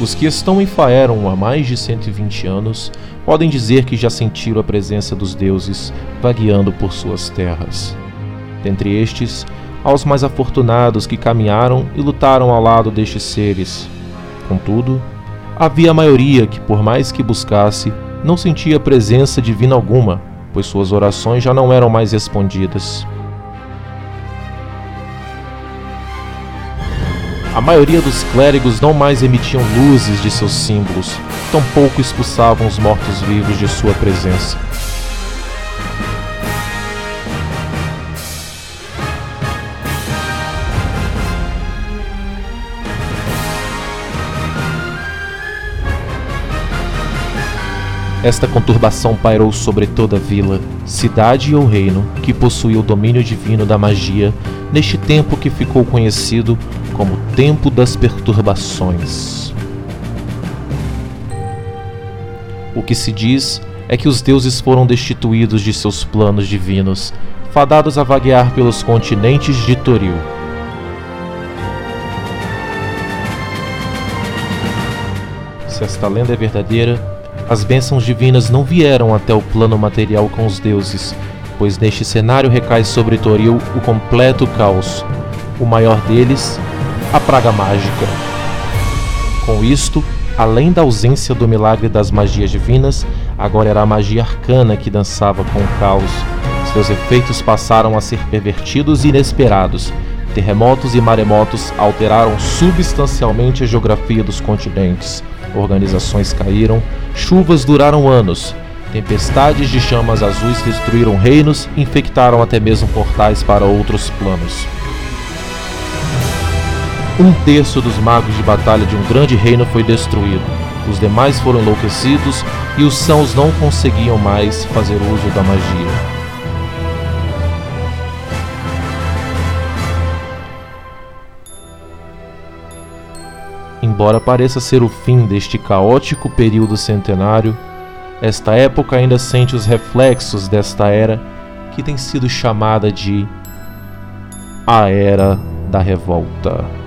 Os que estão em Faeron há mais de 120 anos podem dizer que já sentiram a presença dos deuses vagueando por suas terras. Dentre estes, há os mais afortunados que caminharam e lutaram ao lado destes seres. Contudo, havia a maioria que, por mais que buscasse, não sentia presença divina alguma, pois suas orações já não eram mais respondidas. A maioria dos clérigos não mais emitiam luzes de seus símbolos, tampouco expulsavam os mortos-vivos de sua presença. Esta conturbação pairou sobre toda a vila, cidade ou reino que possuía o domínio divino da magia neste tempo que ficou conhecido como Tempo das Perturbações. O que se diz é que os deuses foram destituídos de seus planos divinos, fadados a vaguear pelos continentes de Toril. Se esta lenda é verdadeira, as bênçãos divinas não vieram até o plano material com os deuses, pois neste cenário recai sobre Toril o completo caos, o maior deles, a praga mágica. Com isto, além da ausência do milagre das magias divinas, agora era a magia arcana que dançava com o caos. Seus efeitos passaram a ser pervertidos e inesperados. Terremotos e maremotos alteraram substancialmente a geografia dos continentes. Organizações caíram, chuvas duraram anos, tempestades de chamas azuis destruíram reinos e infectaram até mesmo portais para outros planos. 1/3 dos magos de batalha de um grande reino foi destruído, os demais foram enlouquecidos e os sãos não conseguiam mais fazer uso da magia. Embora pareça ser o fim deste caótico período centenário, esta época ainda sente os reflexos desta era que tem sido chamada de a Era da Revolta.